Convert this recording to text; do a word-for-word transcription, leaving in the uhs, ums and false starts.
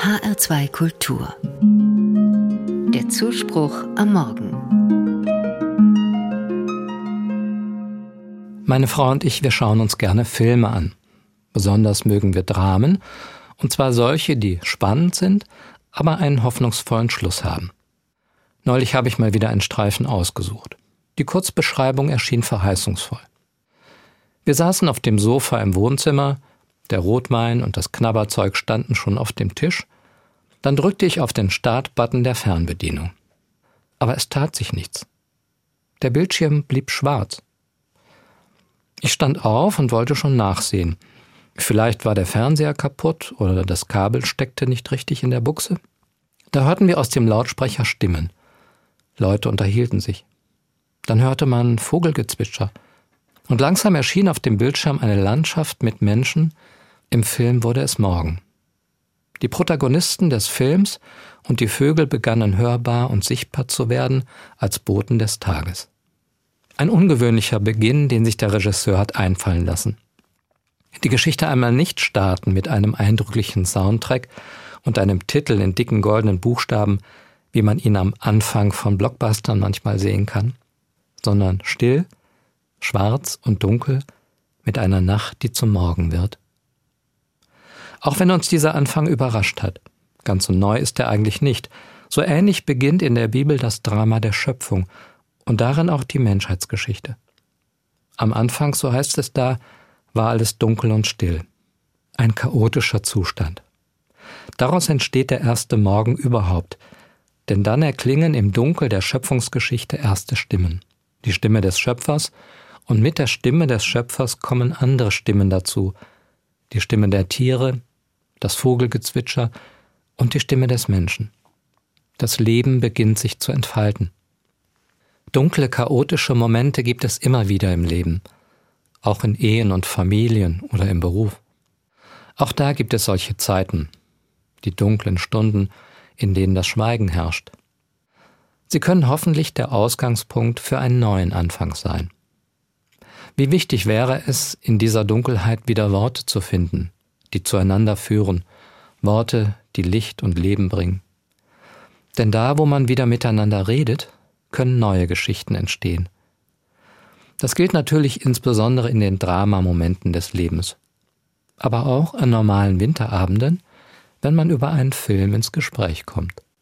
H R zwei Kultur. Der Zuspruch am Morgen. Meine Frau und ich, wir schauen uns gerne Filme an. Besonders mögen wir Dramen, und zwar solche, die spannend sind, aber einen hoffnungsvollen Schluss haben. Neulich habe ich mal wieder einen Streifen ausgesucht. Die Kurzbeschreibung erschien verheißungsvoll. Wir saßen auf dem Sofa im Wohnzimmer, der Rotwein und das Knabberzeug standen schon auf dem Tisch. Dann drückte ich auf den Start-Button der Fernbedienung. Aber es tat sich nichts. Der Bildschirm blieb schwarz. Ich stand auf und wollte schon nachsehen. Vielleicht war der Fernseher kaputt oder das Kabel steckte nicht richtig in der Buchse. Da hörten wir aus dem Lautsprecher Stimmen. Leute unterhielten sich. Dann hörte man Vogelgezwitscher. Und langsam erschien auf dem Bildschirm eine Landschaft mit Menschen. Im Film wurde es Morgen. Die Protagonisten des Films und die Vögel begannen hörbar und sichtbar zu werden als Boten des Tages. Ein ungewöhnlicher Beginn, den sich der Regisseur hat einfallen lassen. Die Geschichte einmal nicht starten mit einem eindrücklichen Soundtrack und einem Titel in dicken goldenen Buchstaben, wie man ihn am Anfang von Blockbustern manchmal sehen kann, sondern still, schwarz und dunkel mit einer Nacht, die zum Morgen wird. Auch wenn uns dieser Anfang überrascht hat. Ganz so neu ist er eigentlich nicht. So ähnlich beginnt in der Bibel das Drama der Schöpfung und darin auch die Menschheitsgeschichte. Am Anfang, so heißt es da, war alles dunkel und still. Ein chaotischer Zustand. Daraus entsteht der erste Morgen überhaupt, denn dann erklingen im Dunkel der Schöpfungsgeschichte erste Stimmen. Die Stimme des Schöpfers, und mit der Stimme des Schöpfers kommen andere Stimmen dazu. Die Stimme der Tiere, das Vogelgezwitscher und die Stimme des Menschen. Das Leben beginnt sich zu entfalten. Dunkle, chaotische Momente gibt es immer wieder im Leben, auch in Ehen und Familien oder im Beruf. Auch da gibt es solche Zeiten, die dunklen Stunden, in denen das Schweigen herrscht. Sie können hoffentlich der Ausgangspunkt für einen neuen Anfang sein. Wie wichtig wäre es, in dieser Dunkelheit wieder Worte zu finden, die zueinander führen, Worte, die Licht und Leben bringen. Denn da, wo man wieder miteinander redet, können neue Geschichten entstehen. Das gilt natürlich insbesondere in den Dramamomenten des Lebens, aber auch an normalen Winterabenden, wenn man über einen Film ins Gespräch kommt.